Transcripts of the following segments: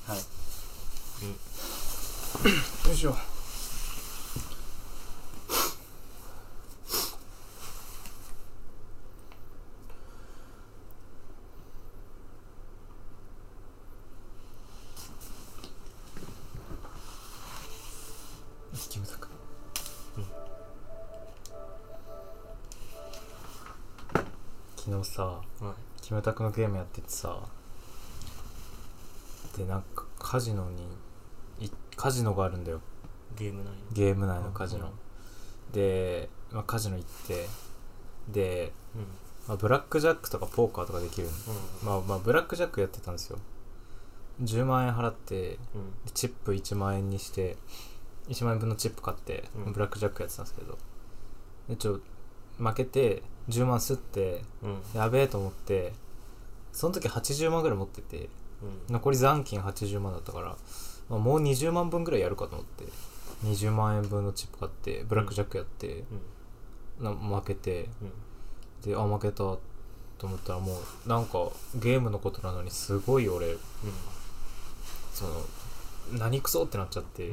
はい。 よいしょ。キムタク。昨日さ、 はい、 キムタクのゲームやっててさ、でなんかカジノがあるんだよ。 ゲーム内のカジノで、カジノ行ってで、ブラックジャックとかポーカーとかできるの、ブラックジャックやってたんですよ。10万円払って、チップ1万円にして1万円分のチップ買って、ブラックジャックやってたんですけど、で負けて10万吸って、やべえと思って、その時80万ぐらい持ってて、残り残金80万だったから、もう20万分ぐらいやるかと思って20万円分のチップ買ってブラックジャックやって、負けて、で負けたと思ったら、もうなんかゲームのことなのにすごい俺、その何クソってなっちゃって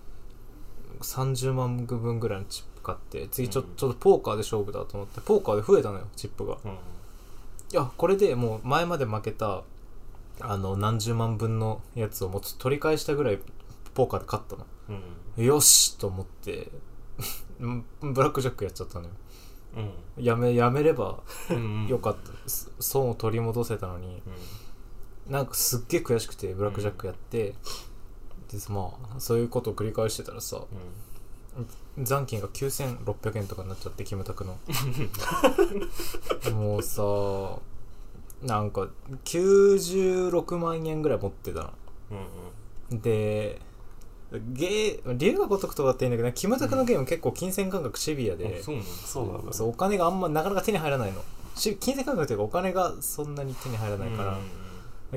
30万分ぐらいのチップ買って、次ちょっとポーカーで勝負だと思って、ポーカーで増えたのよ、チップが。いやこれでもう前まで負けた何十万分のやつをもう取り返したぐらいポーカーで勝ったの、よしと思ってブラックジャックやっちゃったのよ、やめればよかった、損を取り戻せたのに、なんかすっげえ悔しくてブラックジャックやって、でそういうことを繰り返してたらさ、残金が9600円とかになっちゃって、キムタクのもうさ、なんか96万円ぐらい持ってたの、で龍が如くとかって言うんだけど、キムタクのゲーム結構金銭感覚シビアで、そうお金があんまなかなか手に入らないの。金銭感覚というかお金がそんなに手に入らないから、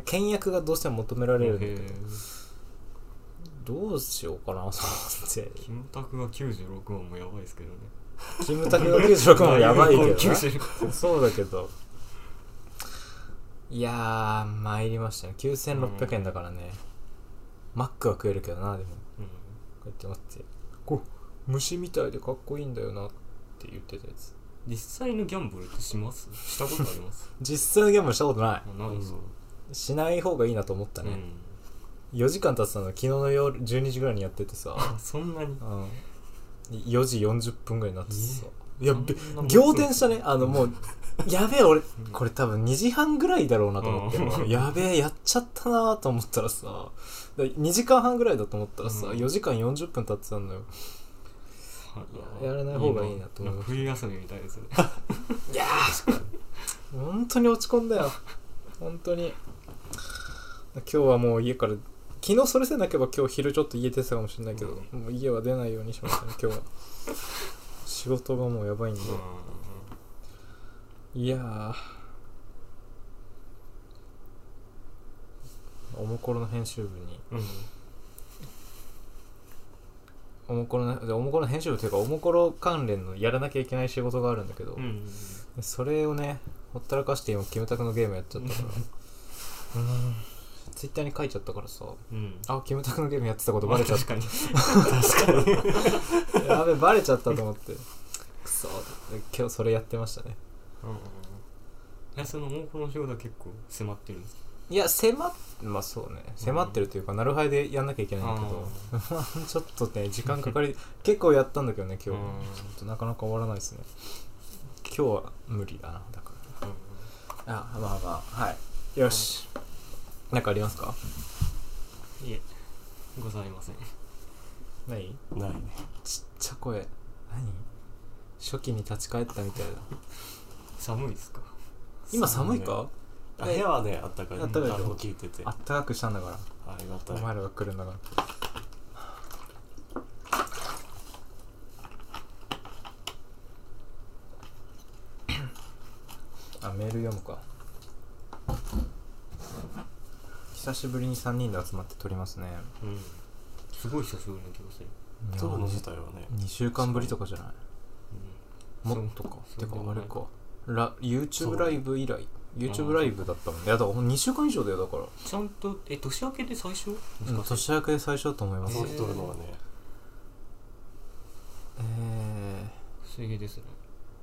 倹約がどうしても求められるんだけど、どうしようかなと思って。 キムタクが96万もやばいですけどね。 キムタクが96万もやばいけどなそうだけど、いやー参りましたね。9600円だからね、マックは食えるけどな。でも、こうやって待って、こう虫みたいでかっこいいんだよなって言ってたやつ。 実際のギャンブルってしたことあります実際のギャンブルしたことない。 ないぞ、 しない方がいいなと思ったね、4時間経ってたの、昨日の夜12時ぐらいにやっててさそんなに、 4時40分ぐらいになっててさ、いや仰天したね。もうやべえ俺これ多分2時半ぐらいだろうなと思って、やべえやっちゃったなと思ったらさ、2時間半ぐらいだと思ったらさ、4時間40分経ってたんだよ。やらない方がいいなと思う。 冬休みみたいですねいやー本当に落ち込んだよ、本当に。今日はもう家から、昨日それせなければ今日昼ちょっと家出てたかもしれないけど、もう家は出ないようにしましたね今日は。仕事がもうやばいんで、いやー、おもころの編集部に、おもころの編集部というかおもころ関連のやらなきゃいけない仕事があるんだけど、それをねほったらかして今キムタクのゲームやっちゃったからツイッターに書いちゃったからさ、あ、キムタクのゲームやってたことバレちゃった、確かにやべバレちゃったと思ってくそ、今日それやってましたね。 そのもうこの仕事は結構迫ってるんですか？ いやまあそうね、迫ってるというか、なるはやでやんなきゃいけないんだけどちょっとね時間かかり結構やったんだけどね今日、ちょっとなかなか終わらないですね。今日は無理だな、だから、はいよし、なんかありますか？ いえございません。 ないね。ちっちゃ声、何初期に立ち返ったみたいだ。 寒いですか？ 今寒いか？ 部屋はね、あったかい。 あったかいけど聞いてて、 あったかくしたんだから、 ありがたい。 お前らが来るんだからあ、メール読むか。久しぶりに3人で集まって撮りますね。 すごい久しぶりな気がする。 そうの自体はね 2週間ぶりとかじゃない、もっとか。てかあれか、YouTube ライブ以来 YouTube ライブだったもん。いやだから2週間以上だよ。だからちゃんと年明けで最初？ 年明けで最初だと思います。 そう撮るのはね、 不思議ですね。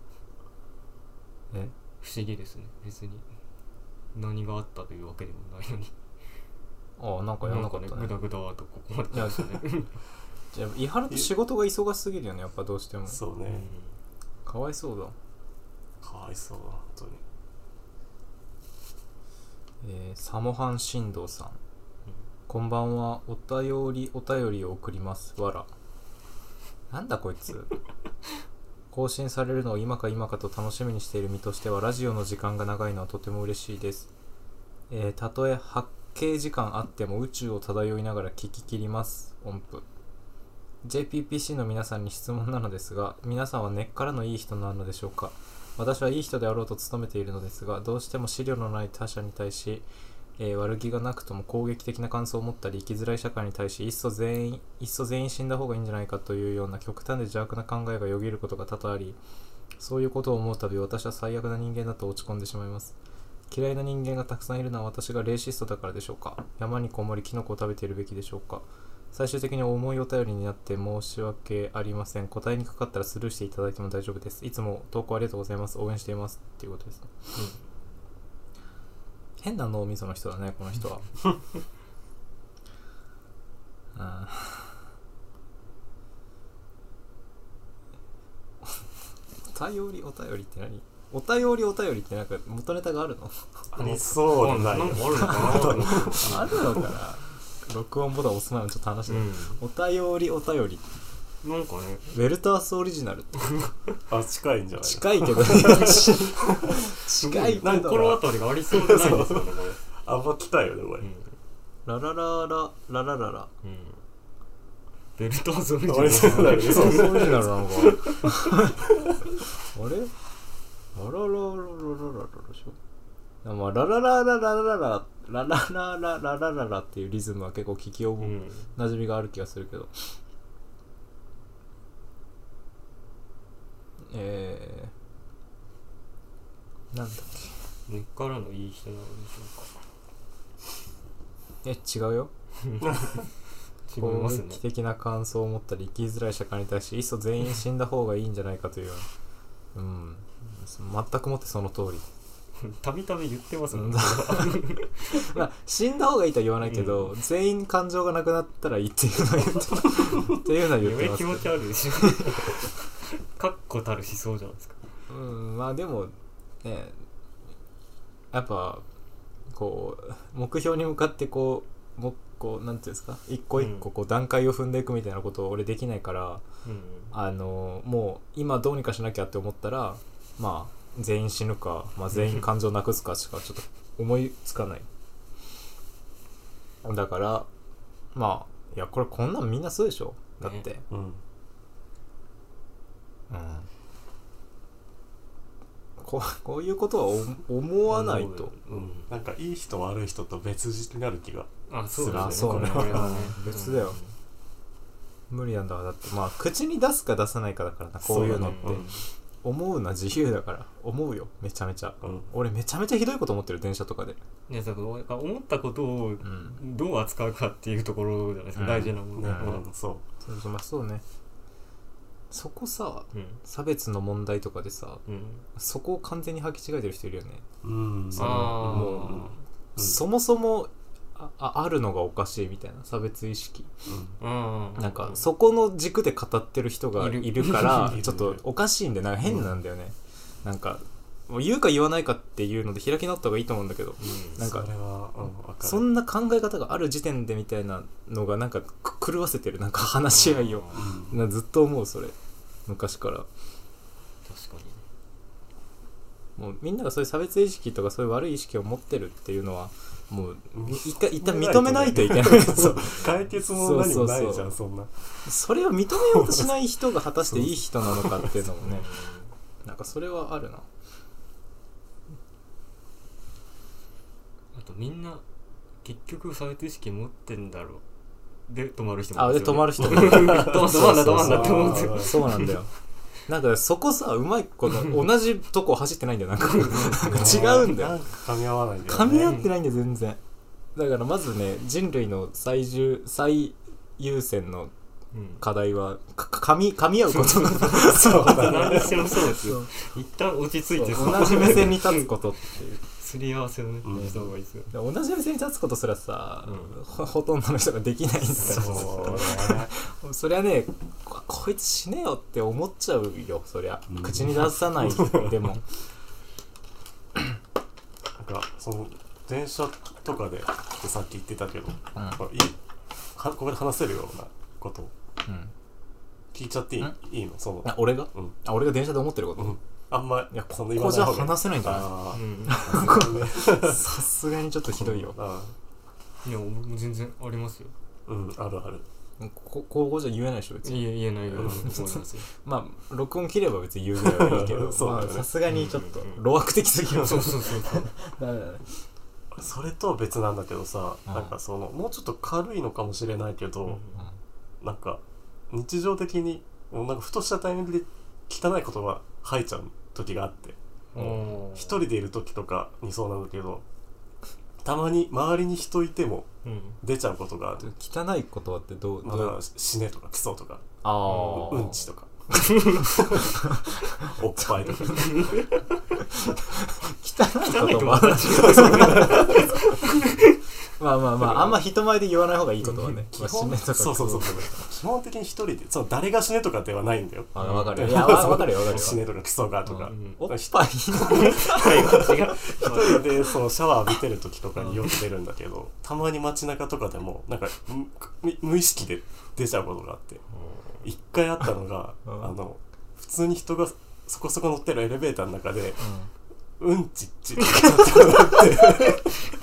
不思議ですね。別に何があったというわけでもないのに。 なんかやんなかったね。 グダグダとここまでですね。 じゃあ伊原って仕事が忙しすぎるよね、やっぱどうしても。 そうね、 かわいそうだ。 かわいそうだ本当に。 サモハン振動さん、こんばんは。お便りを送ります。わら。なんだこいつ。更新されるのを今かと楽しみにしている身としては、ラジオの時間が長いのはとても嬉しいです。たとえ8経時間あっても宇宙を漂いながら聞き切ります。音符。JPPC の皆さんに質問なのですが、皆さんは根っからのいい人なのでしょうか。私はいい人であろうと努めているのですが、どうしても思慮のない他者に対し、悪気がなくとも攻撃的な感想を持ったり、生きづらい社会に対しいっそ全員死んだ方がいいんじゃないかというような極端で邪悪な考えがよぎることが多々あり、そういうことを思うたび私は最悪な人間だと落ち込んでしまいます。嫌いな人間がたくさんいるのは私がレイシストだからでしょうか。山にこもりキノコを食べているべきでしょうか。最終的に重いお便りになって申し訳ありません。答えにかかったらスルーしていただいても大丈夫です。いつも投稿ありがとうございます。応援していますっていうことですね。変な脳みその人だね、この人は。お便りって何？お便りってなんか元ネタがあるの？ ありそうでないよ。 なんかあるのかな。 あるのかな。録音ボタン押す前のちょっと話で、お便りなんかね、 ウェルタースオリジナル近いんじゃない？ 近いけど近いけど心当たりがありそうじゃないですかね、これ。 あんま来たよねこれ。 ララララララララ。 ウェルタースオリジナル。 ウェルタースオリジナルなのか。あれ？ラララララララでしょ。まあララララララララララララララララっていうリズムは結構聞き覚え馴染みがある気がするけど、なんだっけ。根っからのいい人なのでしょうか。 違うよ。 違いますね。 攻撃的な感想を持ったり生きづらい社会に対しいっそ全員死んだ方がいいんじゃないかというような、全くもってその通り。 たびたび言ってますもん。 まあ死んだ方がいいとは言わないけど、全員感情がなくなったらいいっていうのは言ってます。 気持ち悪いでしょ。確固たる思想じゃないですか。 まあでもね、やっぱこう目標に向かってこうなんていうんですか、一個一個こう段階を踏んでいくみたいなことを俺できないから、もう今どうにかしなきゃって思ったら、まあ全員死ぬか、全員感情なくすかしかちょっと思いつかない。だからまあいやこれこんなんみんなそうでしょ。だって、こういうことは思わないと、 なんかいい人悪い人と別人になる気がするね。 そうね。別だよ。無理なんだ。だって口に出すか出さないかだからな、こういうのって。思うのは自由だから思うよ。めちゃめちゃ、俺めちゃめちゃひどいこと思ってる、電車とかで。 いや、だから思ったことをどう扱うかっていうところじゃないですか、大事なものね。 そうね。そこさ、差別の問題とかでさ、そこを完全に履き違えてる人いるよね。もうそもそもあるのがおかしいみたいな差別意識、なんかそこの軸で語ってる人がいるからちょっとおかしいんで、なんか変なんだよね。なんかもう言うか言わないかっていうので開き直った方がいいと思うんだけど、なんかそんな考え方がある時点でみたいなのがなんか狂わせてる、なんか話し合いをずっと思う。それ昔から。 確かにもうみんながそういう差別意識とかそういう悪い意識を持ってるっていうのはもう一旦認めないといけない。 解決も何もないじゃん。そんなそれを認めようとしない人が果たしていい人なのかっていうのもねなんかそれはあるな。 あとみんな結局差別意識持ってんだろうで止まる人もいる、 で止まる人も止まんだって思うんですよ。 そうなんだよ。 なんかそこさうまいこと同じとこ走ってないんだよなんか違うんだよ。 なんか噛み合わないんだよ噛ね。 み合ってないんだよ全然。だからまずね人類の最優先の課題は噛み合うことそうだね。 何にしてもそうですよ。一旦落ち着いて同じ目線に立つことっていうすり合わせをねした方がいいですよ。 同じ目線に立つことすらさ、ほとんどの人ができないんだからそうね。 そりゃねこいつ死ねよって思っちゃうよそりゃ、口に出さないでもなんかその電車とかでってさっき言ってたけど、ここで話せるようなこと聞いちゃっていいのその俺が、 うん、 俺が電車で思ってること、 あんまいやそここじゃ話せないんじゃないさすがにちょっとひどいよ。 いやもう全然ありますよ。 あるある。 ここじゃ言えないでしょ別に。 言えないよ。 まあ録音切れば別に言うぐらいはいいけどさすがにちょっと路悪的すぎる。 そうダメだね。 それとは別なんだけどさ、なんかそのもうちょっと軽いのかもしれないけど、なんか日常的になんかふとしたタイミングで汚い言葉吐いちゃう時があって、一人でいる時とかにそうなんだけど、たまに周りに人いても出ちゃうことがある。 汚い言葉ってどう死ねとかクソとかうんちとかおっぱいとか汚い言葉まああんま人前で言わない方がいいことはね。 基本そう基本的に一人で誰が死ねとかではないんだよ。 わかる。いやわかるよ。 死ねとかクソがとか、 おっぱい一人でそのシャワー浴びてる時とかによく出るんだけど、たまに街中とかでもなんか無意識で出ちゃうことがあって、一回あったのが普通に人がそこそこ乗ってるエレベーターの中でうんちっちって言っちゃったことがあって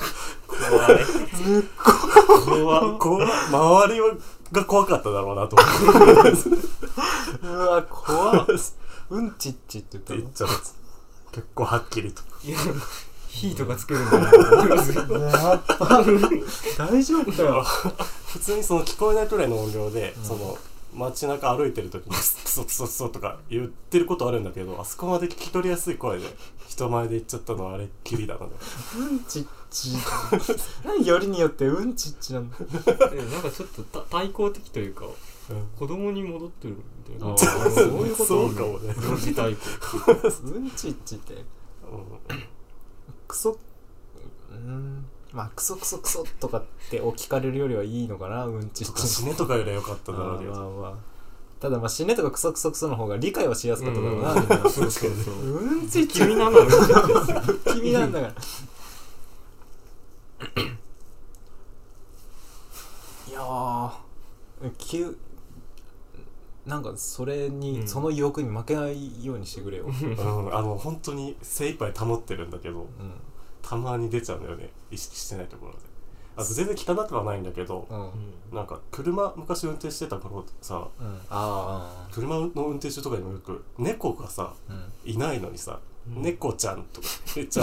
怖い周りが怖かっただろうなと思ってうわ怖っうんちっちって言っちゃう。結構はっきりと火とかつけるんだなと思いますけど大丈夫かよ。 普通にその聞こえないくらいの音量で、その街中歩いてる時にクソクソクソとか言ってることあるんだけど、あそこまで聞き取りやすい声で人前で言っちゃったのはあれっきりだな。 うんちっち何よりによってうんちっちなんだ。 なんかちょっと対抗的というか、子供に戻ってるみたいな。 そういうこと。 そうかもね。 幼児対抗。 うんちっちってクソまあクソクソクソとかって聞かれるよりはいいのかな。うんちっち死ねとかよりは良かっただろうけど、 ただ死ねとかクソクソクソの方が理解はしやすかっただろうな。 そううんちっち君なの君なんだからいやーなんかそれに、その欲に負けないようにしてくれよ。 本当に精一杯保ってるんだけど、たまに出ちゃうんだよね、意識してないところで。あと全然汚くはないんだけど、なんか車昔運転してた頃さ、車の運転手とかにもよく猫がさ、いないのにさ、猫ちゃんとか言っちゃ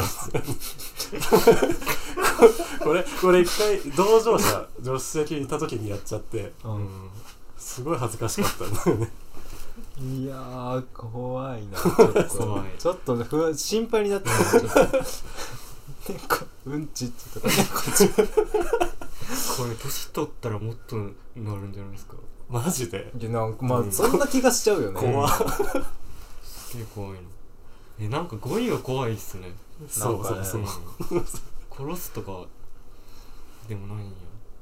うこれ一回同乗者助手席にいた時にやっちゃって、すごい恥ずかしかったんだよね。 いやー怖いな。 ちょっと心配になってる。猫うんちっちとか猫ちゃんこれ年取ったらもっとなるんじゃないですか。 マジで。 いやなんかそんな気がしちゃうよね。 怖すげえ怖いの。なんか語彙が怖いっすね。 そう殺すとかでもないんや。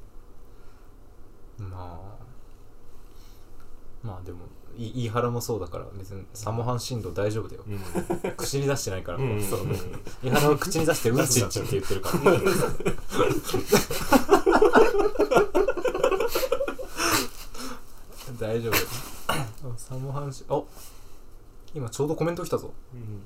まあでも言い原もそうだから別にサモハン振動大丈夫だよ。口に出してないから。言い原は口に出してうんちっちって言ってるから。大丈夫。サモハン今ちょうどコメント来たぞ。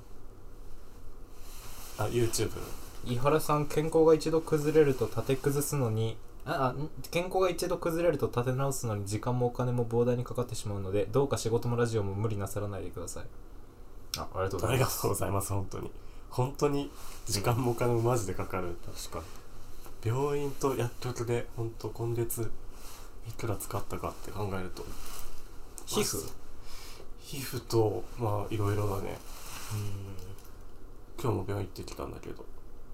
YouTube。 井原さん、健康が一度崩れると立て崩すのに健康が一度崩れると立て直すのに時間もお金も膨大にかかってしまうので、どうか仕事もラジオも無理なさらないでください。ありがとうございます。 ありがとうございます。本当に時間もお金もマジでかかる。 確かに病院と薬局で本当今月いくら使ったかって考えると、 皮膚皮膚とまあいろいろだね。今日も病院行ってきたんだけど、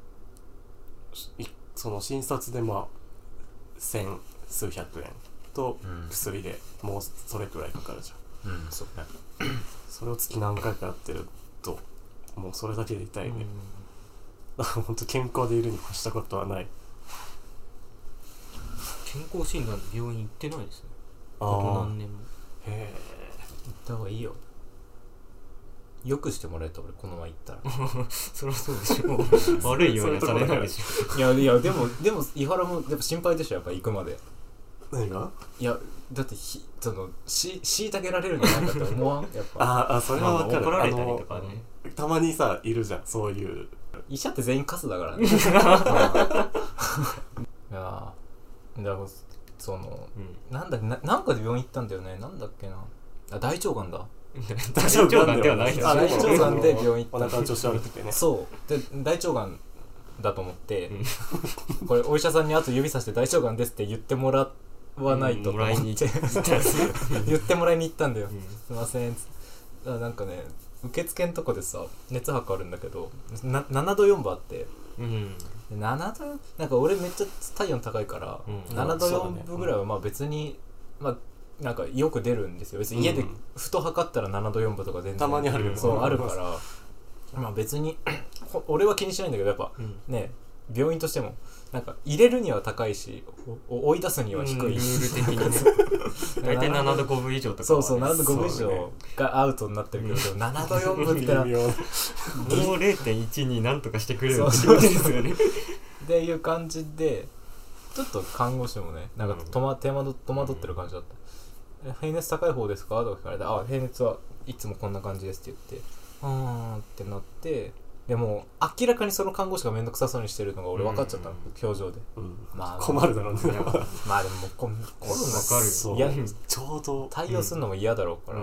その診察でまあ千数百円と薬でもうそれくらいかかるじゃん。 そうね。 それを月何回かやってるともうそれだけで痛いね。だから本当健康でいるに越したことはない。 健康診断で病院行ってないですね。 あ何年も。 へえ。 行った方がいいよ。よくしてもらえた俺この前行ったらそりゃそうでしょ。悪いようにはされないでしょ。 いやでも伊原もやっぱ心配でしょ、やっぱ行くまで。 何が？ いやだって虐げられるんじゃないかって思わんやっぱ。 それは分かる。 怒られたりとかね。 たまにさいるじゃんそういう。 医者って全員カスだからね。いやだからその、なんかで病院行ったんだよね。なんだっけな。大腸がんだ。 大腸がんではないよ。 大腸がんで病院行った。 お腹の調子悪くてね。 そうで大腸がんだと思って、これお医者さんにあと指さして大腸がんですって言ってもらわないと思って言ってもらいに行ったんだよ。すいません。なんかね受付のとこでさ熱測るんだけど7度4分あって、7度なんか俺めっちゃ体温高いから、7度4分ぐらいはまあ別にまあなんかよく出るんですよ。別に家でふと測ったら7度4分とか全然たまにあるよ。 そうあるからまあ別に俺は気にしないんだけど、やっぱね病院としてもなんか入れるには高いし追い出すには低い、ルール的に大体7度5分以上とか、 そう7度5分以上がアウトになってるけど、7度4分ってなもう 0.1 になんとかしてくれるってことですよね。 っていう感じでちょっと看護師もねなんか戸惑ってる感じだった。平熱高い方ですかとか聞かれて、平熱はいつもこんな感じですって言ってってなって、でも明らかにその看護師がめんどくさそうにしてるのが俺分かっちゃったの、表情で、 まあ困るだろうね。 まあでもコロナ分かるよ。ちょうど対応するのも嫌だろうから、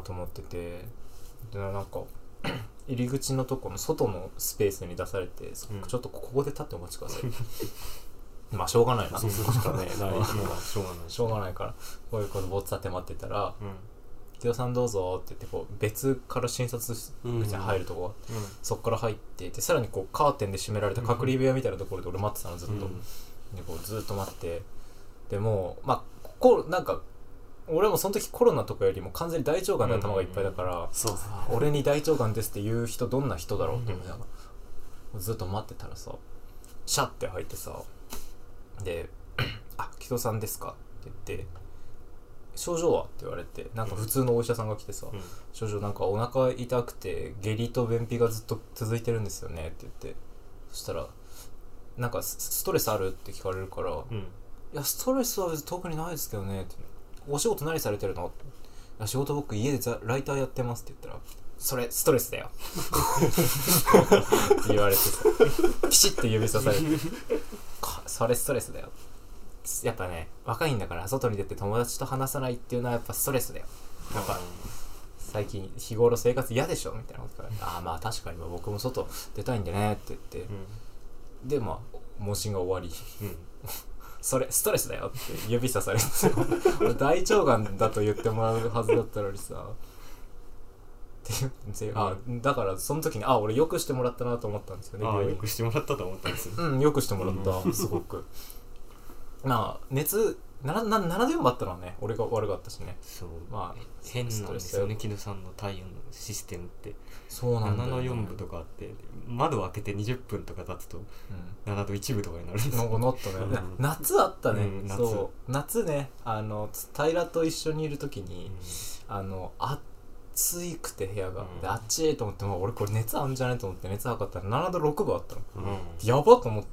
と思ってて、でなんか入り口のとこの外のスペースに出されて、ちょっとここで立ってお待ちください。まあしょうがないな。 そうするしかねない。 しょうがないから、こういうことぼっつって待ってたら、木戸さんどうぞって言ってこう別から診察室に入るとこがあって、そこから入ってでさらにこうカーテンで閉められた隔離部屋みたいなところで俺待ってたのずっと、でこうずっと待って、でもまあなんか俺もその時コロナとかよりも完全に大腸がんで頭がいっぱいだから、俺に大腸がんですって言う人どんな人だろうと思いながらずっと待ってたらさ、シャッて入ってさ、で木戸さんですかって言って、症状はって言われて、なんか普通のお医者さんが来てさ、症状なんかお腹痛くて下痢と便秘がずっと続いてるんですよねって言って、そしたらなんかストレスあるって聞かれるから、いやストレスは別に特にないですけどねって、お仕事何されてるのって、いや仕事僕家でライターやってますって言ったら、それストレスだよって言われてさ、ピシッて指さされてそれストレスだよ、やっぱね若いんだから外に出て友達と話さないっていうのはやっぱストレスだよ、やっぱ最近日頃生活嫌でしょみたいなことから、まあ確かに僕も外出たいんでねって言って、でまあ問診が終わり、それストレスだよって指さされて大腸がんだと言ってもらうはずだったのにさだからその時に俺よくしてもらったなと思ったんですよね。 よくしてもらったと思ったんですね。よくしてもらったすごく。まあ熱7度4分あったのはね俺が悪かったしね。 そう、 まあ変なんですよね木戸さんの体温のシステムって。 そうなんだよ、ね、 7度4分とかあって窓を開けて20分とか経つと7度1分とかになるんですよ。 なんかなったね。夏あったね。そう夏ね、平と一緒にいる時に暑くて部屋が、で暑いと思って、俺これ熱あんじゃねと思って熱測ったら7度6分あったの、やばと思って、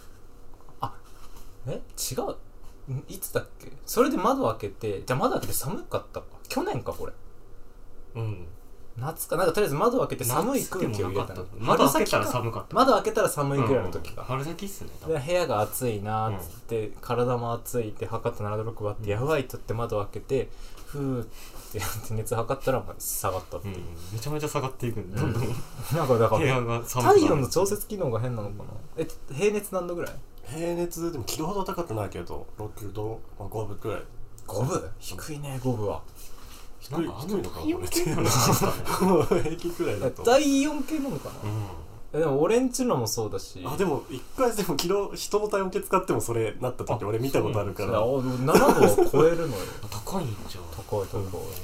違ういつだっけ、それで窓開けて、じゃあ窓開けて寒かったか去年かこれ、夏かなんかとりあえず窓開けて寒い空気を入れたの。 窓開けたら寒かった。 窓開けたら寒いぐらいの時か、 春先っすね。 で部屋が暑いなーっつって、体も暑いって測った7度6分あって、やばいとって窓開けてふーってやって熱測ったら下がったっていう、 めちゃめちゃ下がっていくんで、どんどんなんかだから部屋が寒くなる。 体温の調節機能が変なのかな。平熱何度ぐらい？ 平熱でもキロほど高くないけど6度、5分くらい。 5分？低いね5分は。 なんか低いのかなこれって低いのかな平均くらいだと第4系なのかな、でも俺んちのもそうだし、 あでも一回でも人の体温計使ってもそれなった時俺見たことあるから 7度は超えるのよ高いんじゃん。 高い高い、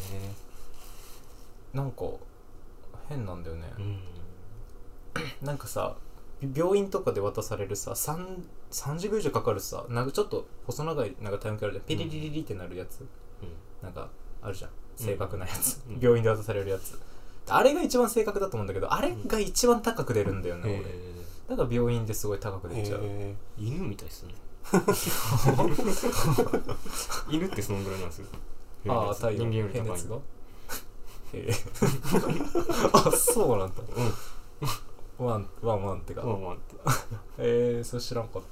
なんか変なんだよね、なんかさ病院とかで渡されるさ30秒以上かかるさ、なんかちょっと細長いなんかタイムキャラでピリリリリってなるやつ、なんかあるじゃん、正確なやつ、病院で渡されるやつ、あれが一番正確だと思うんだけど、あれが一番高く出るんだよね、俺。だから病院ですごい高く出ちゃう。 犬みたいっすね。犬ってそのぐらいなんですよ。 ああ、太陽人間より高い。 平熱があ、そうなんだ。ワンってか。 ワンって。 それ知らんかった。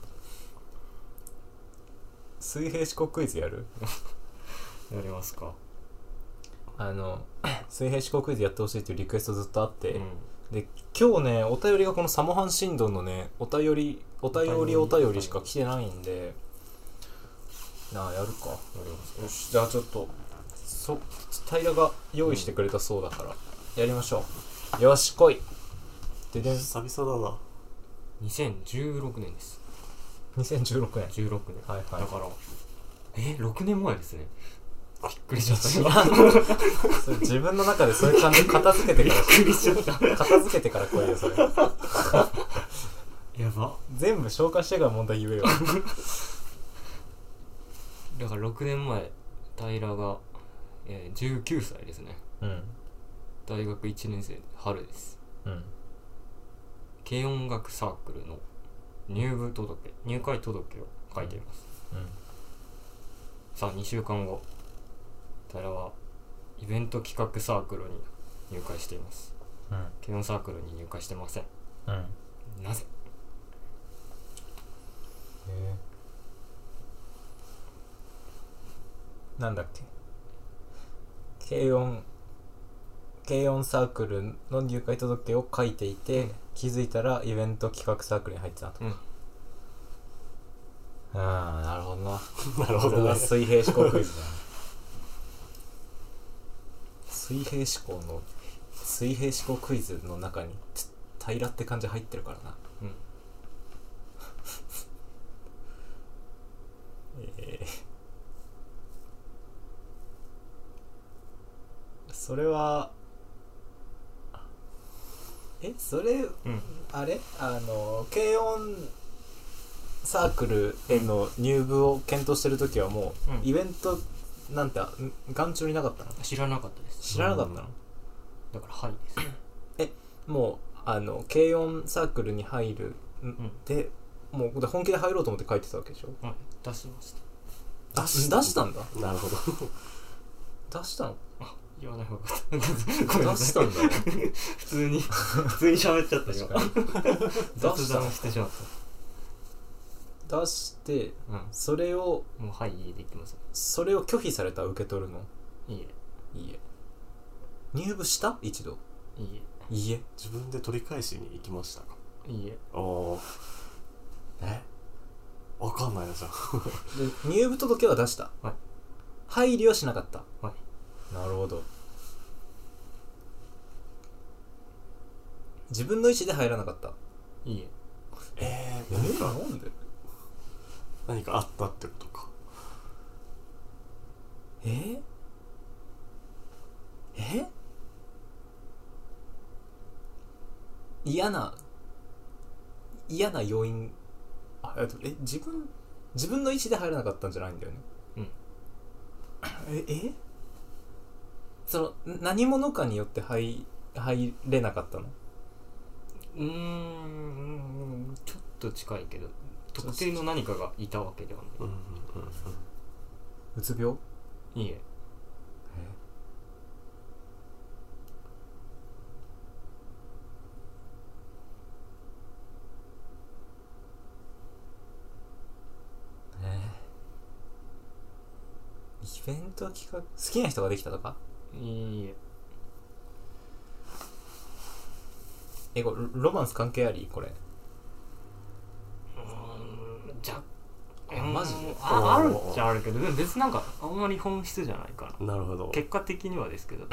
水平思考クイズやる？ やりますか。 水平思考クイズやってほしいっていうリクエストずっとあって、で今日ねお便りがこのサモハン振動のねお便りしか来てないんで、やるか。よし、じゃあちょっと平が用意してくれたそうだからやりましょう。よし来い。ででん、 久々だな。 2016年です。 2016年。 16年。 はいはい。 だから6年前ですね。びっくりしちゃった。 それ自分の中でそういう感じ片付けてからびっくりしちゃった。 片付けてから来いよそれ。 やば。 全部消化してから問題言えよ。 だから6年前平が、19歳ですね。大学1年生春です。軽音楽サークルの入会届を書いています。さあ2週間後、平はイベント企画サークルに入会しています。軽音サークルに入会してません。なぜ？ なんだっけ、軽音サークルの入会届を書いていて、気づいたらイベント企画サークルに入ってたと。なるほどな。 なるほどね。 水平思考クイズだ。水平思考クイズの中に平って漢字入ってるからな。それはあれ軽音サークルへの入部を検討してるときはもう、イベントなんて眼中になかったの？ 知らなかったです。 知らなかったの？ だからはいです。 もう軽音サークルに入るで、もう本気で入ろうと思って書いてたわけでしょ？ 出しました。 出したんだ。 なるほど。 出したの？ 言わない方が出したんだね。 普通に喋っちゃった今。雑談してしまった。 出して、それをもうはいいいできます。 それを拒否された。受け取るの？ いいえ。 入部した？一度？いいえ。 自分で取り返しに行きましたか？ いいえ。 わかんないなじゃあ。入部届は出した。入りはしなかった。なるほど。自分の意思で入らなかった。 いいえ。 なんで？ 何かあったってことか。 嫌な要因。自分の意思で入らなかったんじゃないんだよね。その何者かによって入れなかったの？ ちょっと近いけど特定の何かがいたわけではない。 うつ病？ いいえ。 イベント企画好きな人ができたとか？ いいえ。 ロマンス関係あり？これマジであるっちゃあるけど、でも別になんかあんまり本質じゃないかな。 なるほど。 結果的にはですけど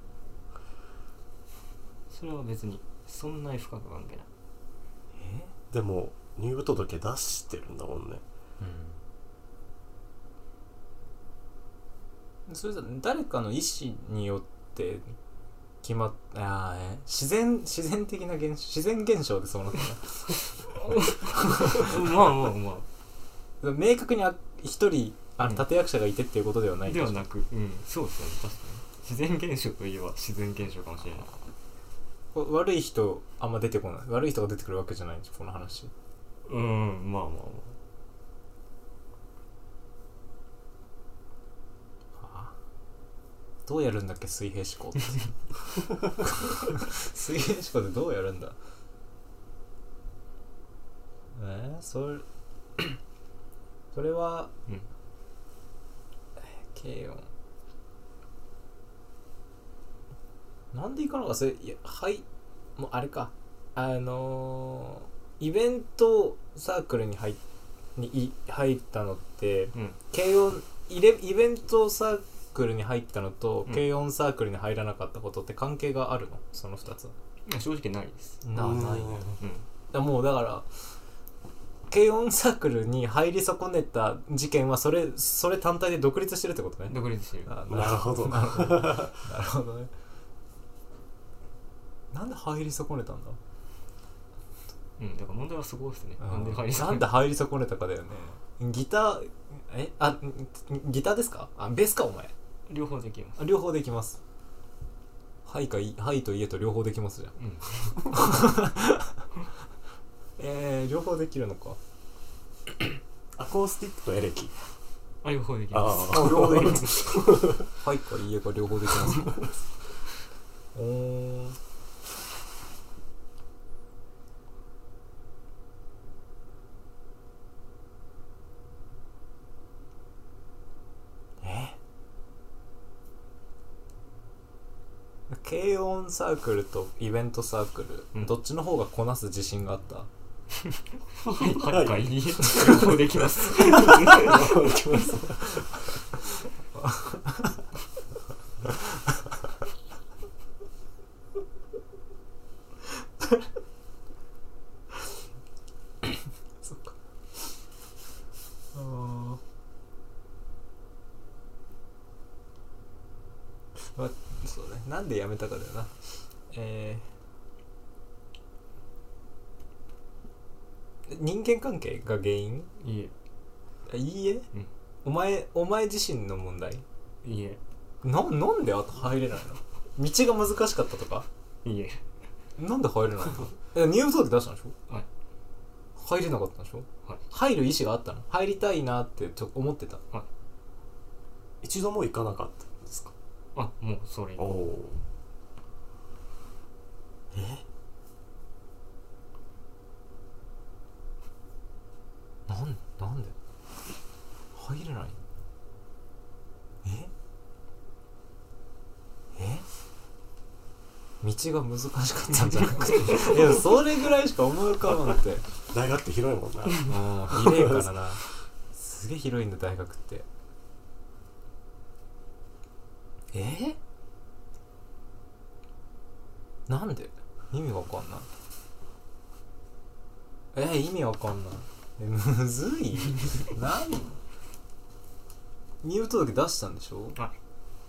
それは別にそんなに深く関係ない。 でも入部届出してるんだもんね。 それじゃ誰かの意思によって決まっ自然的な現象、自然現象でそうなったまあまあまあ明確に一人立役者がいてっていうことではないではなく、そうですよね。確かに自然現象といえば自然現象かもしれない。 悪い人あんま出てこない。悪い人が出てくるわけじゃないんですこの話。 まあまあまあどうやるんだっけ水平思考って水平思考ってどうやるんだ。それは、軽音なんでいかなかそれもうあれかイベントサークルに入ったのって、軽音イベントサークルに入ったのと、軽音サークルに入らなかったことって関係があるの？その2つ。 正直ないです。 ない。もうだから軽音サークルに入り損ねた事件はそれ単体で独立してるってことね。 独立してる。 なるほど。 なるほどね。なんで入り損ねたんだ。 だから問題はそこですね。 なんで入り損ねたかだよね。ギターですか？ベースかお前。 両方できます。 両方できます。はいと家と両方できますじゃん。両方できるのか。 アコースティックとエレキ。 両方できます。 両方できます。はいか家か両方できます。軽音サークルとイベントサークル、どっちの方がこなす自信があった？ はい、両方できます。両方できます。 そっか。そうね。なんでやめたかだよな。人間関係が原因？ いいえ、お前自身の問題？ いいえ。 なんで入れないの？道が難しかったとか？ いいえ。 なんで入れないの？入部届出したんでしょ？ はい。 入れなかったんでしょ？ はい。 入る意思があったの？入りたいなって思ってた？ はい。 一度も行かなかったんですか？ もうそれ。 なんで入れない？道が難しかったんじゃなくていやそれぐらいしか思い浮かばなくて。 大学って広いもんな。 広いからな。すげえ広いんだ大学って。なんで？意味わかんない。意味わかんない。むずい。入部届出したんでしょ？ はい。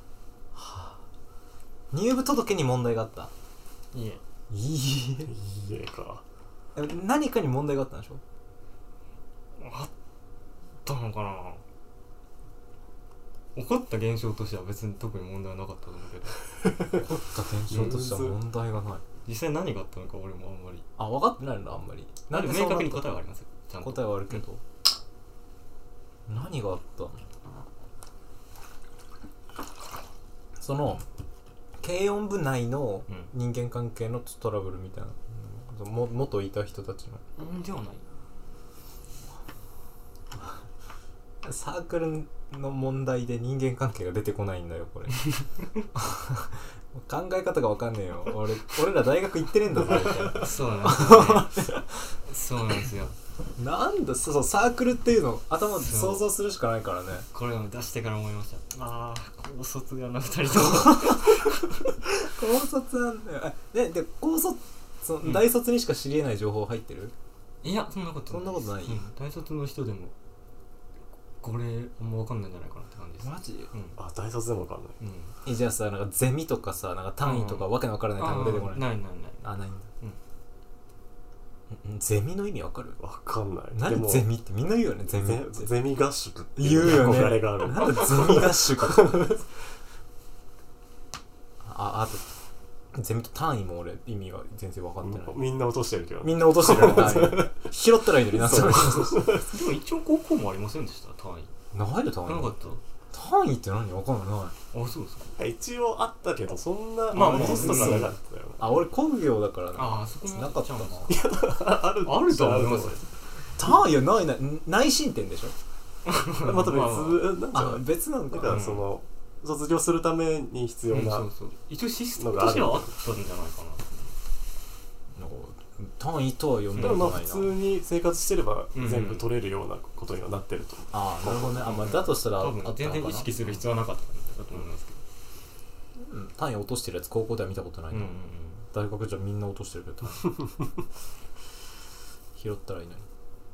入部届に問題があった？ いいえ。 いいえか。 何かに問題があったんでしょ？ あったのかな。起こった現象としては別に特に問題はなかったと思うけど。 起こった現象としては問題がない。 実際何があったのか俺もあんまり分かってないんだ。あんまりなんで明確に答えはありますよ。ちゃんと答えはあるけど、何があったの？その軽音部内の人間関係のトラブルみたいな、元いた人たちのではない。 サークルの問題で人間関係が出てこないんだよこれ。考え方が分かんねえよ。俺ら大学行ってねえんだぞみたいな。 そうなんですよね。そうなんですよ。 なんだそうサークルっていうの頭で想像するしかないからね。 これを出してから思いました。ああ高卒やな2人とも高卒なんだよ。で高卒大卒にしか知り得ない情報入ってる？ いやそんなことない。 そんなことない、 大卒の人でもこれあんま分かんないんじゃないかなって感じです。 マジ？ あ大卒でも分かんない。 じゃあさなんかゼミとかさなんか単位とかわけのわからない単語出てこない？ ない。 あないんだ。ゼミの意味わかる？ わかんない。 何ゼミってみんな言うよね。ゼミ合宿って言うよね。 憧れがある。 なんだゼミ合宿あとゼミと単位も俺意味が全然分かってない。 みんな落としてるけど、 みんな落としてる単位拾ったらいいのにな。でも一応高校もありませんでした単位。 ないよ単位。 なかった。 単位って何？分かんない。 あそうですか。 一応あったけどそんなテストがなかったよ。 あ俺工業だからな。 あそこなかったな。 あると思います。 単位はない内申点でしょ。 また別なんか別なのか。 だからその卒業するために必要な一応システムとしてはあったんじゃないかな。 単位とは呼んだことないな。 普通に生活してれば全部取れるようなことにはなってると思う。 ああなるほどね。まあだとしたら多分全然意識する必要はなかったんだと思いますけど。単位落としてるやつ高校では見たことないな。大学じゃみんな落としてるけど拾ったらいいのに。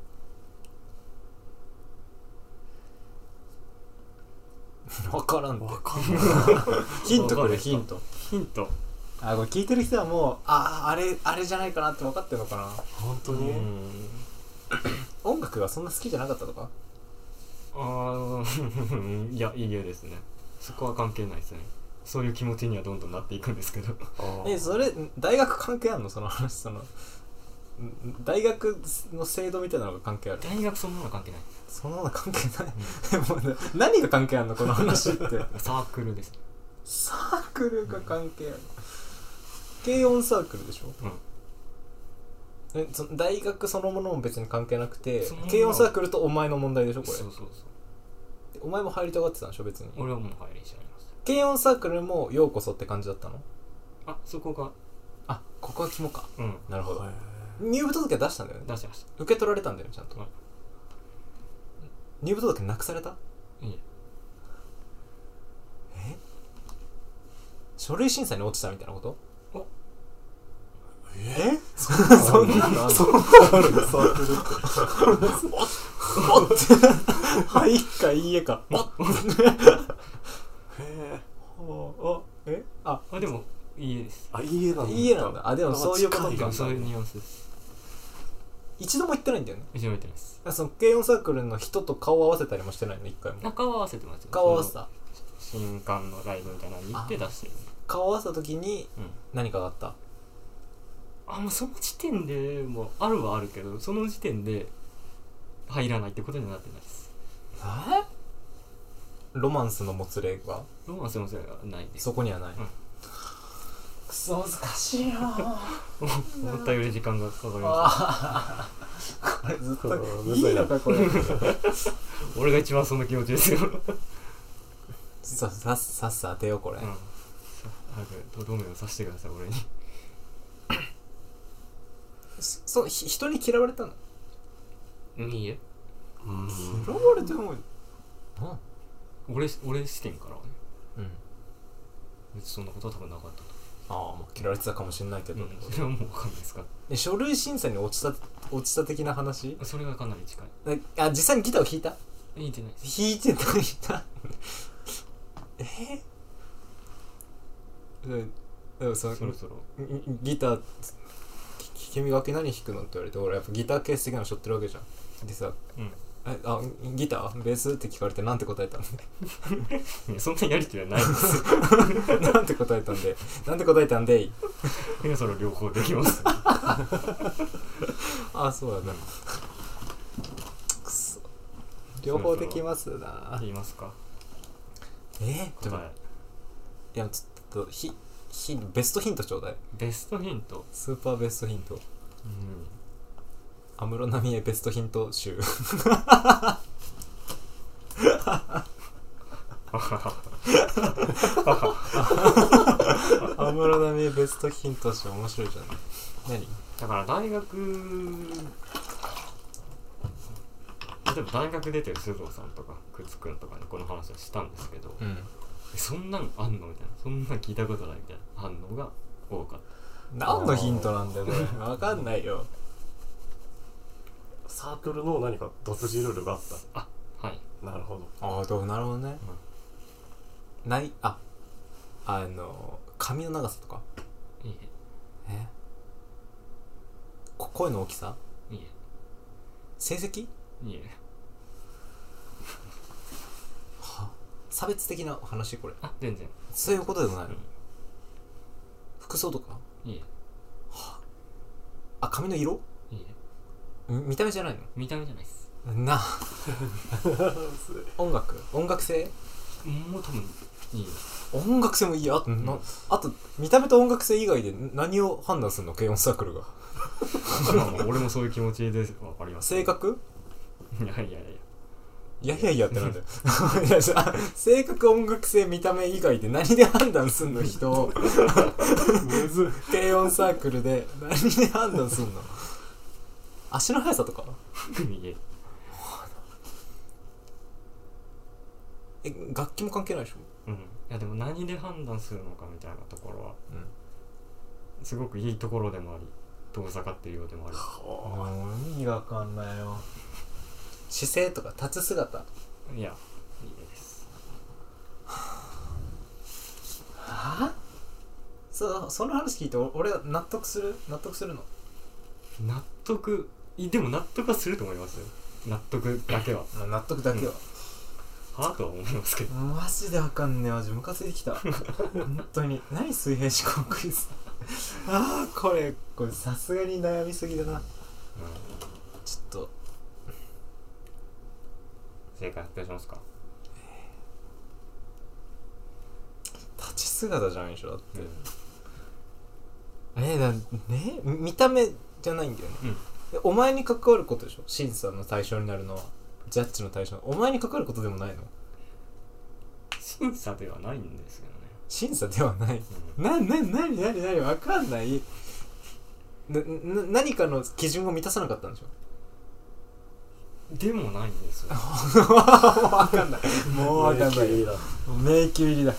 分からんって。ヒントくれヒント。これ聞いてる人はもうあれじゃないかなって分かってるのかな。 本当に音楽がそんな好きじゃなかったとか。 いやいいえですね。そこは関係ないですね。そういう気持ちにはどんどんなっていくんですけどそれ大学関係あんの？その話大学の制度みたいなのが関係ある？ 大学そんなの関係ない。 そんなの関係ないもう何が関係あるのこの話ってサークルです。 サークルが関係ある。軽音サークルでしょ。大学そのものも別に関係なくて軽音サークルとお前の問題でしょこれ。そうお前も入りたがってたんでしょ別に。 俺はもう入りしちゃいました。 軽音サークルもようこそって感じだったの？ そこがここが肝か。なるほど。 入入部届出したんだよね。 出しました。 受け取られたんだよねちゃんと。入部届なくされた？書類審査に落ちたみたいなこと？そんなのある？サークルっておってはいかいいえかでもいいえです。 いいえなんだ。 いいえなんだ。でもそういうことか。 そういうニュアンスです。 一度も行ってないんだよね。 一度も行ってないです。 その軽音サークルの人と顔を合わせたりもしてないの？一回も。 顔を合わせてます。 顔を合わせた。 新刊のライブみたいなのに行って出してる。 顔を合わせた時に何かがあった？ もうその時点でもうあるはあるけどその時点で入らないってことにはなってないです。 ロマンスのもつれは？ ロマンスのもつれはないです。 そこにはない。くそ難しいよ思ったより時間がかかりました。これずっといいのかこれ俺が一番その気持ちですよさっさ当てようこれ。 とどめを刺してください俺にそう人に嫌われたの？ いいえ。 嫌われても俺視点からはね。別にそんなことは多分なかったと。 嫌われてたかもしれないけど、 それはもう分かんないですか。 書類審査に落ちた的な話？ それがかなり近い。 実際にギターを弾いた？ 弾いてないです。 弾いてないでもそろそろギター君が何弾くのって言われて俺やっぱギターケース的なの背負ってるわけじゃん。でさ、ギターベースって聞かれてなんて答えたのいやそんなやりとりはないんですよなんて答えたんでいやそれ両方できますそうだな。くそ両方できますな。 言いますか。 でもいやちょっとベストヒントちょうだい。 ベストヒント。 スーパーベストヒント。安室奈美恵ベストヒント集安室奈美恵ベストヒント集面白いじゃん。何？ だから大学例えば大学出てる須藤さんとかくつくんとかにこの話はしたんですけど、そんなんあんのみたいな、そんなん聞いたことないみたいな反応が多かった。 何のヒントなんだよこれ分かんないよ。 サークルの何か独自ルールがあった。 あ、はい、 なるほど。 なるほどね、ない髪の長さとか。 いいえ声の大きさ。 いい成績。 いい差別的な話これ。 あ、全然そういうことでもないの、服装とか。 いい髪の色。 いい見た目じゃないの。 見た目じゃないっすな音楽性。 もう多分いい音楽性もいい。あと見た目と音楽性以外で何を判断するの軽音サークルが。 まあ俺もそういう気持ちで分かります。 性格。 いやってなんだよ。性格、音楽性、見た目以外で何で判断すんの人を。軽音サークルで何で判断すんの。足の速さとか。楽器も関係ないでしょ。 いやでも何で判断するのかみたいなところは、すごくいいところでもあり遠ざかっているようでもある。 意味が分かんないよ。姿勢とか立つ姿。 いや、いいです。 その話聞いて俺は納得するの。 でも納得はすると思いますよ。納得だけははとは思いますけど。 マジでわかんねえ。マジムカついてきた。本当に何水平思考クイズ。これさすがに悩みすぎだな。ちょっと正解発表しますか。 立ち姿じゃないでしょだって。見た目じゃないんだよね、お前に関わることでしょ。審査の対象になるのは、ジャッジの対象。お前に関わることでもないの。 審査ではないんですよね。 審査ではない、何わかんない。何かの基準を満たさなかったんでしょ。 でもないんですよ。 もうわかんない。迷宮入りだ。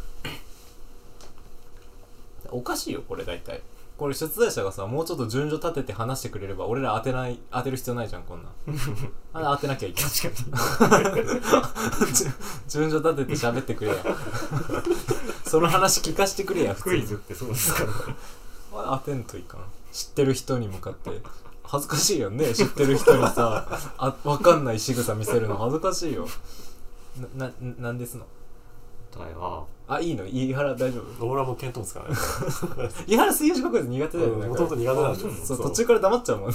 おかしいよこれ。大体これ出題者がさ、もうちょっと順序立てて話してくれれば俺ら当てる必要ないじゃんこんなん当てなきゃいい。 確かに順序立てて喋ってくれや。その話聞かしてくれや。 クイズってそうですから当てんといかん。知ってる人に向かって恥ずかしいよね。知ってる人にさ分かんない仕草見せるの恥ずかしいよ。なんですの。 答えは、 いいの。飯原大丈夫。 俺はもう見当つかない。 飯原水泳思考クイズ苦手だよね。 もともと苦手なんですよ。 そう途中から黙っちゃうもんね。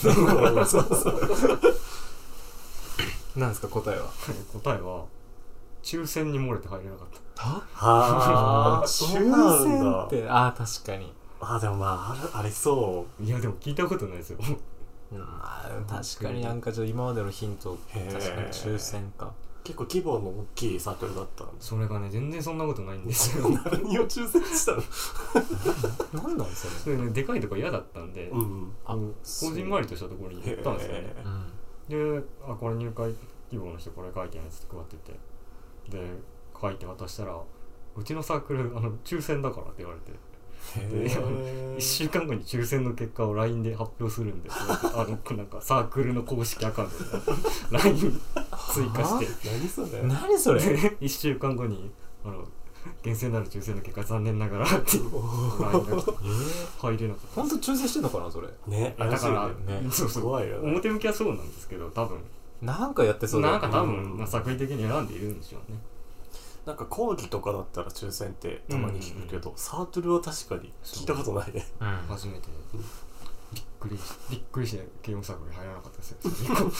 なんですか答えは。 答えは抽選に漏れて入れなかった。 抽選って確かに。 でもありそう。 いやでも聞いたことないですよ。 確かになんかちょっと今までのヒント、確かに抽選か。 結構規模の大きいサークルだったんで。 それがね全然そんなことないんですよ。 何を抽選したの。 何なんですかね。 それねでかいとこ嫌だったんで、こじんまりとしたところに行ったんですよね。で、これ入会希望の人これ書いてないやつ配ってて、で書いて渡したら、うちのサークル抽選だからって言われて、で1週間後に抽選の結果を LINE で発表するんですよ。なんかサークルの公式アカウントで LINE 追加して、 何それ 1週間後に厳正なる抽選の結果残念ながらっていう LINE が来て入れなかった。 本当抽選してんのかなそれね。 だからそう怖いよね。 表向きはそうなんですけど、多分なんかやってそうだなんか多分作為的に選んでいるんでしょうね。 なんか講義とかだったら抽選ってたまに聞くけど、サークルは確かに聞いたことないね。 初めてびっくりして軽音サークルに入らなかったですよ。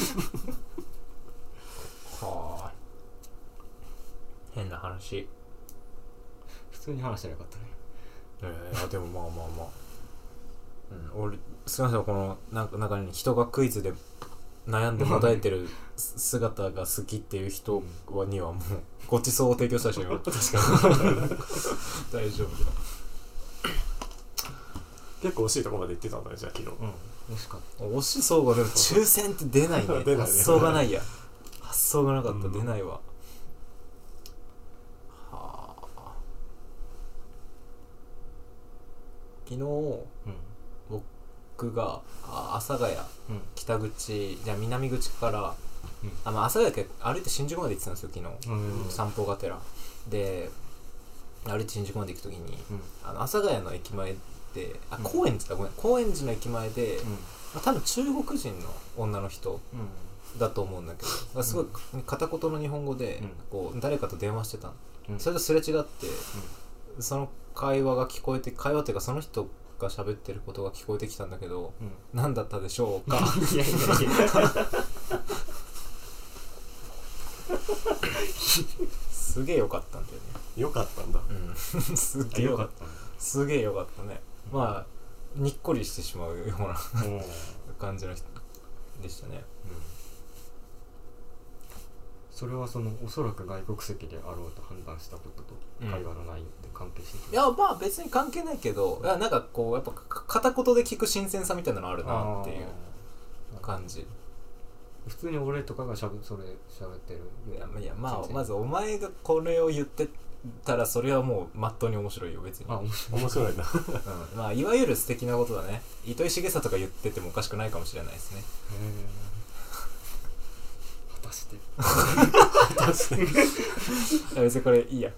はあ、変な話。 普通に話したらよかったね。 でもまあ、俺少なくともこの中に人がクイズで悩んで答えてる姿が好きっていう人にはもうごちそうを提供したしよ。確かに大丈夫だ。 結構惜しいところまで行ってたんだね。じゃあ昨日。 惜しかった。 惜しそうがでも抽選って出ないね。発想がないや。 想がなかった、出ないわ。はあ。昨日、僕が阿佐ヶ谷、北口じゃあ南口から、阿佐ヶ谷歩いて新宿まで行ってたんですよ昨日、散歩がてらで歩いて新宿まで行くときに、阿佐ヶ谷の駅前で高円寺の駅前で、多分中国人の女の人だと思うんだけど、すごい片言の日本語でこう誰かと電話してたの、それとすれ違って、その会話っていうかその人が喋ってることが聞こえてきたんだけど、何だったでしょうか。いやすげえ良かったんだよね。 良かったんだ。 すげえ良かった。すげえ良かったね。まあにっこりしてしまうような感じの人でしたね。 それはおそらく外国籍であろうと判断したことと会話の内容って関係していやまあ別に関係ないけど、なんかこうやっぱ片言で聞く新鮮さみたいなのあるなっていう感じ。 普通に俺とかがそれ喋ってる。 いやまあまずお前がこれを言ってたらそれはもうまっとうに面白いよ別に。 面白いな。 まあいわゆる素敵なことだね。糸井重里とか言っててもおかしくないかもしれないですね。 果たして別にこれいいや。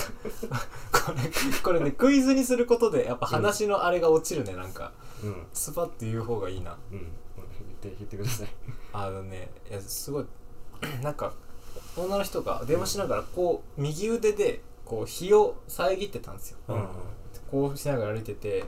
これねクイズにすることでやっぱ話のあれが落ちるね。なんかスパッて言う方がいいな。 言ってください。 いやすごいなんか女の人が電話しながらこう右腕でこう日を遮ってたんですよ。こうしながら歩いてて、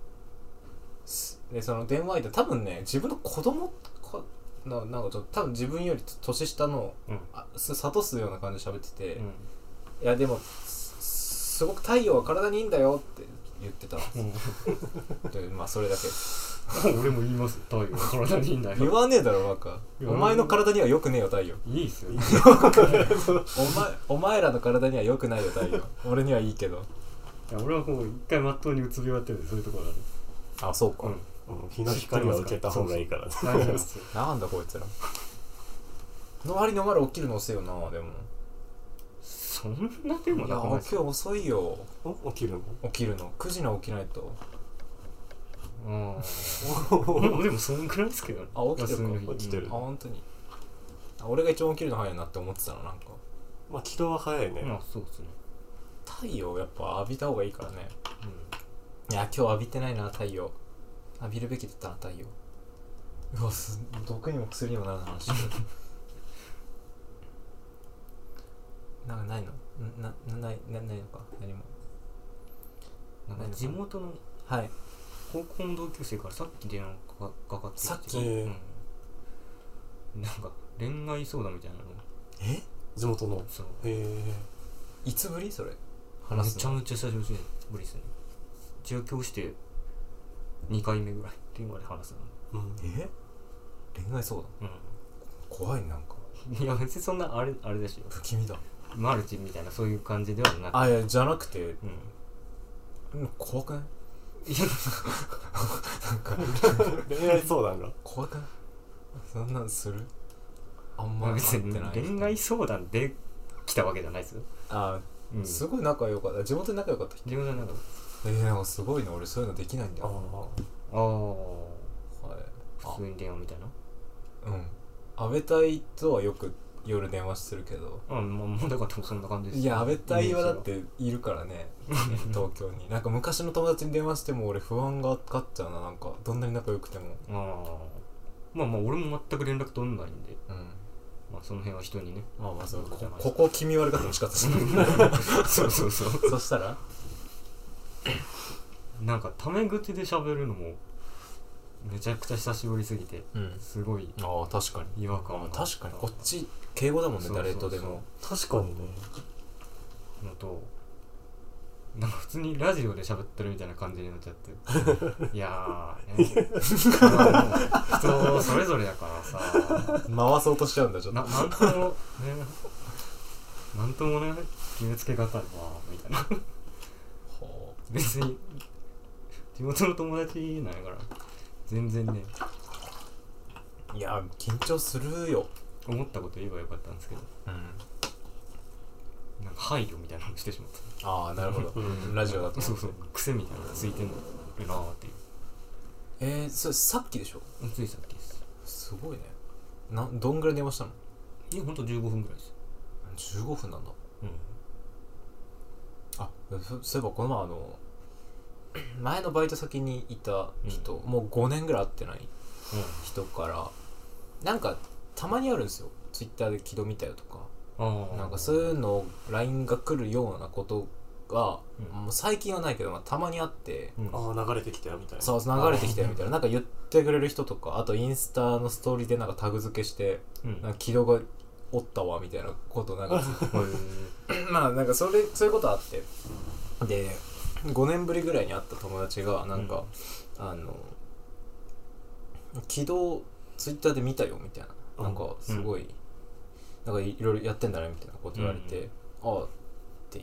でその電話相手多分ね自分の子供かなんかちょっと多分自分より年下の諭すような感じで喋ってて、いやでもすごく太陽は体にいいんだよって言ってたんですよ。まあそれだけ。 俺も言います。太陽は体にいいんだよ。 言わねえだろバカ。お前の体には良くねえよ太陽。 いいっすよ。 お前らの体には良くないよ太陽。俺にはいいけど。 いや俺はこう一回まっとうにうつ病やってるんでそういうところがある。 あそうか。 日の光は受けた方がいいからね。 なんだこいつら。の割にお前ら起きるの遅いよな。でもそんなでもなくない。 いや今日遅いよ。 起きるの 9時には起きないと。 でもそんぐらいですけどね。 起きてるか。 起きてる。 本当に。俺が一番起きるの早いなって思ってたのなんか。 まあ軌道は早いね。 そうですね。 太陽やっぱ浴びた方がいいからね。いや今日浴びてないな太陽。浴びるべきだったな太陽。うわ毒にも薬にもなる話。なんかないの？ないのか何も。 なんか地元の高校の同級生からさっき電話がかかってきて。 さっき？ なんか恋愛相談みたいなの。 地元の。 そう。 いつぶりそれ？ めちゃめちゃ久しぶりですね。上京して2回目ぐらい電話で話すの。 恋愛相談？怖いなんか。 いや別にそんなあれですよ。 不気味だ。 マルチみたいなそういう感じではなくて。 いやじゃなくて、怖くない？いやなんか恋愛相談が怖くない？そんなんする？あんま別に恋愛相談で来たわけじゃないですよ。 すごい仲良かった。地元で仲良かった人。 地元で仲良かった。 なんかすごいね。俺そういうのできないんだよ。 普通に電話みたいな。 安倍隊とはよく夜電話するけど。 もうだからそんな感じです。 いや安倍隊はだっているからね。東京に。なんか昔の友達に電話しても俺不安がかかっちゃうな。なんかどんなに仲良くても。 まあ俺も全く連絡取んないんで。まあその辺は人にね。 そうここ気味悪かったの仕方しない。 そうそしたらなんかタメ口で喋るのもめちゃくちゃ久しぶりすぎて、すごい確かに違和感。 確かにこっち敬語だもんね。誰とでも。 確かにね。 のとなんか普通にラジオで喋ってるみたいな感じになっちゃって。いや人それぞれだからさ。 回そうとしちゃうんだちょっと。 なんともね決めつけがたいわみたいな。別に地元の友達なんやから全然ね。 いや緊張するよ。 思ったこと言えばよかったんですけど、なんか配慮みたいなのしてしまった。 ああなるほどラジオだとそうそう癖みたいなのがついてんのるなーっていう。 それさっきでしょ。 ついさっきです。 すごいね。どんぐらい電話したの？ いやほんと15分ぐらいです。 15分なんだ。あ、そういえばこの前前のバイト先にいた人、もう5年ぐらい会ってない人から、なんかたまにあるんですよ。ツイッターで軌道見たよとか、なんかそういうの LINE が来るようなことが、もう最近はないけど、たまにあって、 流れてきたよみたいな。 そう流れてきたよみたいな、なんか言ってくれる人とか、あとインスタのストーリーでなんかタグ付けして、なんか軌道がおったわみたいなことなんかまあなんかそういうことあって、で5年ぶりぐらいに会った友達がなんか、軌道ツイッターで見たよみたいな、なんかすごい、なんかいろいろやってんだねみたいなこと言われて、ああっていう、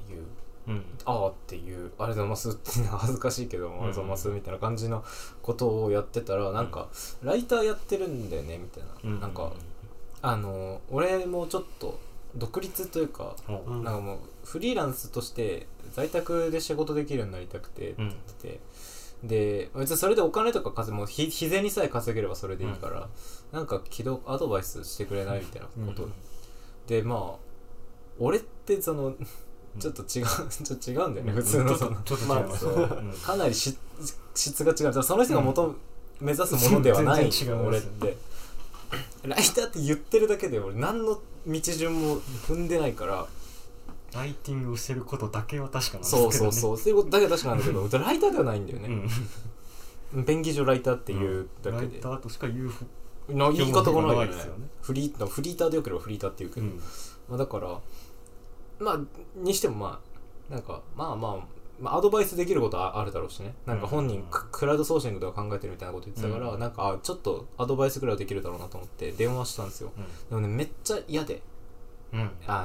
ああっていう、ありがとうございますって恥ずかしいけども、ありがとうございますみたいな感じのことをやってたら、なんかライターやってるんだよねみたいな、なんか俺もちょっと独立というか、なんかもうフリーランスとして在宅で仕事できるようになりたくてって言ってて、で別にそれでお金とかもう日銭にさえ稼げればそれでいいから、なんかアドバイスしてくれないみたいなこと、でまあ俺ってそのちょっと違うんだよね、普通のそのかなり質が違う。その人が目指すものではない俺ってライターって言ってるだけで俺何の道順も踏んでないから、 ライティングをしてることだけは確かなんですけどね。 そういうことだけは確かなんだけどライターではないんだよね、便宜上ライターっていうだけで、 ライターとしか言い方がないよね。フリーターでよければフリーターって言うけど、だからまあにしてもなんかまあアドバイスできることはあるだろうしね。なんか本人クラウドソーシングとか考えてるみたいなこと言ってたから、なんかちょっとアドバイスくらいはできるだろうなと思って電話したんですよ。でもねめっちゃ嫌で、これ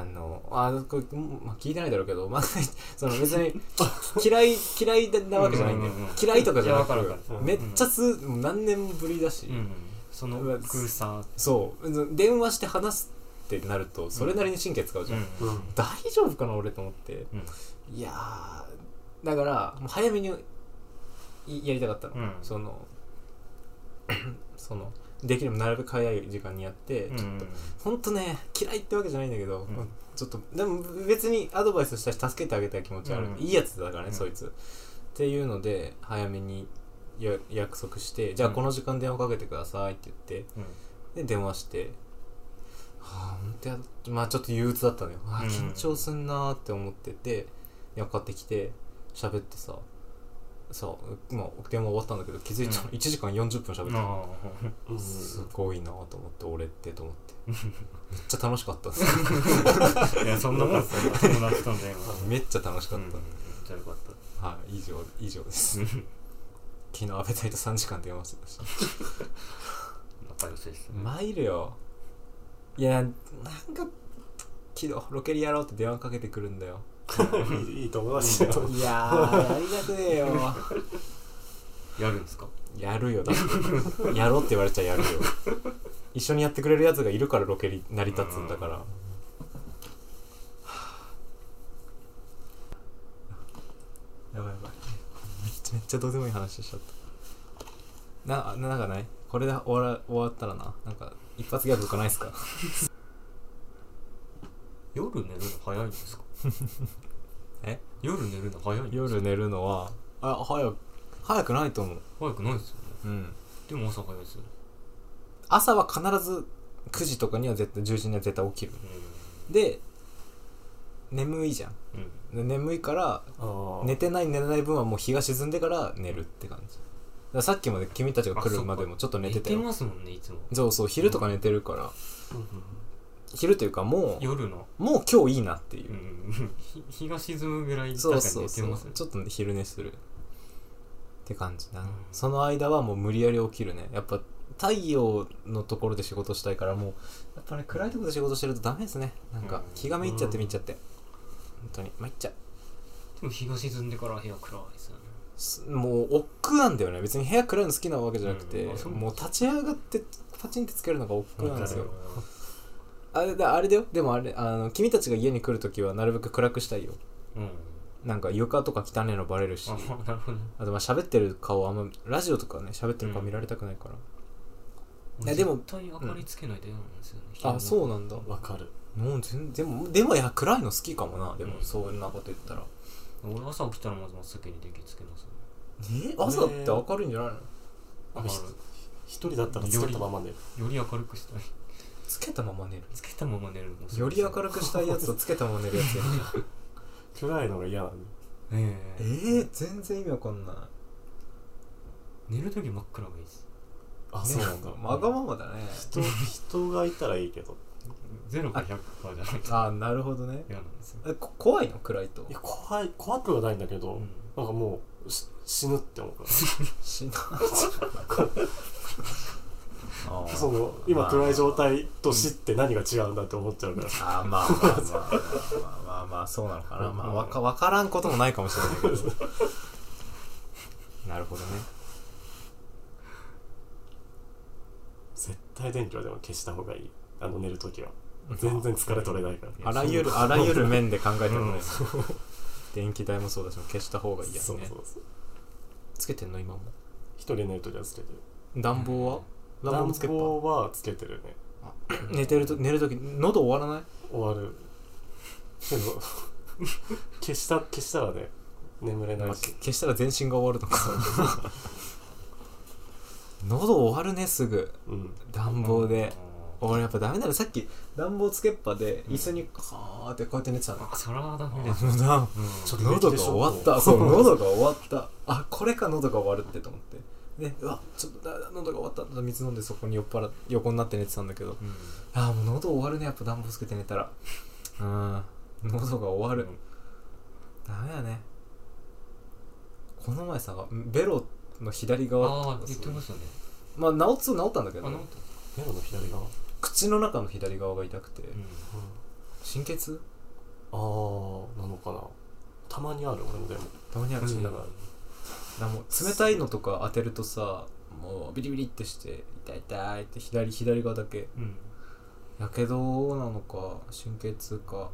聞いてないだろうけど、その別に嫌いなわけじゃないんだよ。嫌いとかじゃなく、めっちゃ何年ぶりだし、 その空さ、 そう電話して話すってなるとそれなりに神経使うじゃん。大丈夫かな俺と思って、いやーだからもう早めにやりたかったの、そのできればなるべく早い時間にやって、ちょっとほんとね嫌いってわけじゃないんだけど、ちょっとでも別にアドバイスしたし助けてあげたい気持ちある、いいやつだからね、そいつっていうので早めに約束して、じゃあこの時間電話かけてくださいって言って、で電話して、ほんとちょっと憂鬱だったのよ。緊張すんなーって思ってて、かかってきて喋ってさ、電話終わったんだけど気づいたら1時間40分喋ってた、すごいなと思って、俺ってと思ってめっちゃ楽しかったですいやそんなこと友達との電話めっちゃ楽しかった、めっちゃよかった。 はい、以上です昨日安倍隊と3時間電話してたし仲良しですね。 参るよ。いやなんか昨日ロケリやろうって電話かけてくるんだよいい友達だよ。 いやーやりたくねえよやるんですか？ やるよ、だってやろうって言われちゃやるよ一緒にやってくれるやつがいるからロケに成り立つんだから。やばいめっちゃどうでもいい話しちゃった。なんかない？これで終わったらなんか一発ギャグとかないっすか夜寝るの早いんですか？夜寝るの早いんですか？ 夜寝るのは早くないと思う。 早くないですよね。でも朝早いですよね。 朝は必ず9時とかには絶対10時には絶対起きる、で眠いじゃん、眠いから寝てない寝ない分はもう日が沈んでから寝るって感じ。だからさっきまで君たちが来るまでもちょっと寝てたよ。 寝てますもんねいつも。 そう昼とか寝てるから、昼というかもう夜のもう今日いいなっていう、 日が沈むぐらいそう確かに寝てますね。 ちょっと昼寝するって感じな、その間はもう無理やり起きるね。やっぱ太陽のところで仕事したいから、もうやっぱね暗いところで仕事してるとダメですね。なんか気がめいっちゃって本当に参っちゃう。 でも日が沈んでから部屋暗いですよね。 もう億劫なんだよね。別に部屋暗いの好きなわけじゃなくて、もう立ち上がってパチンってつけるのが億劫なんですよ。 あれだよ。でもあれ君たちが家に来るときはなるべく暗くしたいよ。なんか床とか汚ねのバレるし。 なるほど。 あと喋ってる顔あんまラジオとかね喋ってる顔見られたくないから。でも絶対明かりつけないと嫌なんですよね。 あ、そうなんだ。 わかる。 もうでもいや暗いの好きかもな。でもそんなこと言ったら。 俺朝起きたらまず真っ先に電気つけます。 朝って明るいんじゃないの？ 一人だったらつけたまま寝る。 より明るくしたい。 つけたまま寝る。 つけたまま寝る。 より明るくしたいやつとつけたまま寝るやつやん。 暗いのが嫌なんだ。 全然意味わかんない。 寝るとき真っ暗がいいです。 あ、そうなんだ。 わがままだね。 人がいたらいいけど。 0か100%じゃないと。 あ、なるほどね。 嫌なんですよ。 怖いの暗いと。 いや怖くはないんだけど、なんかもう死ぬって思うから。死ぬ。その今暗い状態と死って何が違うんだって思っちゃうから。 まあそうなのかな。まあ分からんこともないかもしれないけど。なるほどね。 絶対電気はでも消した方がいい。寝るときは全然疲れ取れないから。 あらゆる面で考えてもね。電気代もそうだし消した方がいいやね。そうつけてんの今も？ 一人寝るときはつけてる。 暖房は？ 暖房はつけてるね。 寝るとき喉終わらない？ 終わる。けど消したらね眠れないし、 消したら全身が終わるとか。喉終わるねすぐ。暖房で。俺やっぱダメだね。さっき暖房つけっぱで椅子にカーってこうやって寝てたの。 それはダメです。 喉が終わった。そう、喉が終わった。あ、これか喉が終わるってと思って。で、うわ、ちょっと喉が終わったと水飲んでそこに横になって寝てたんだけど、もう喉終わるね。やっぱ暖房つけて寝たら。喉が終わる。ダメだね。この前さ、ベロの左側言ってましたね。 まあ治ったんだけど。 ベロの左側。 口の中の左側が痛くて、神経なのかな。たまにある。俺もでもたまにあるし、だからもう冷たいのとか当てるとさ、もうビリビリってして痛いって左側だけ、やけどなのか神経痛か。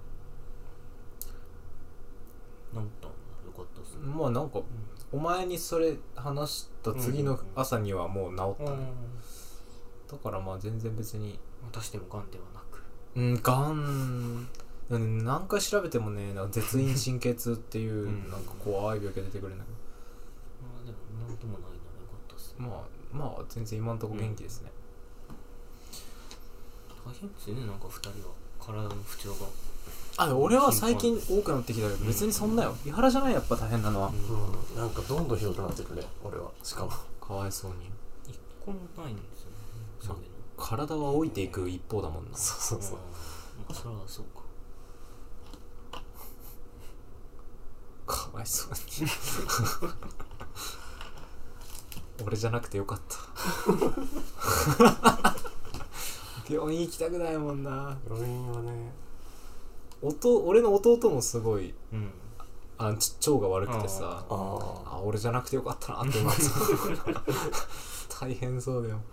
なんかよかったっすね。 まあなんか、お前にそれ話した次の朝にはもう治ったね。だからまあ全然別に私でもガンではなく、 ガン何回調べてもね、なんか絶陰神経痛っていうなんか怖い病気が出てくるんだけど、 でもなんともないならよかったっすね。 まあ全然今んとこ元気ですね。 大変ですよね。なんか2人は体の不調が。 俺は最近多くなってきたけど、別にそんなよ。伊原じゃない、やっぱ大変なのは。 なんかどんどんひどくなってくるね、俺は。しかもかわいそうに一個もないんですよね。 体は老いていく一方だもんな。 そうそれはそうか。 かわいそうに。俺じゃなくてよかった。病院行きたくないもんな。 病院はね。 俺の弟もすごい、腸が悪くてさ、俺じゃなくてよかったなって思って。大変そうだよ。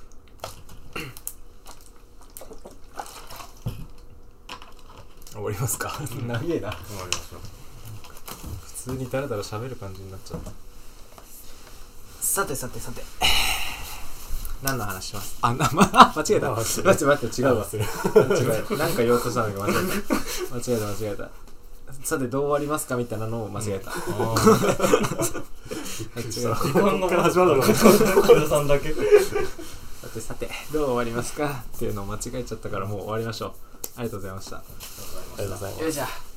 終わりますか？長えな。終わりましょう。普通にダラダラ喋る感じになっちゃった。さて何の話します？間違えた。待って違うわ。違う。なんか言おうとしたのが間違えた。さてどう終わりますかみたいなのを間違えた。 時間が始まるのか。さんだけ。 さてどう終わりますかっていうのを間違えちゃったからもう終わりましょう。ありがとうございました。 ありがとうございます。 よいしょ。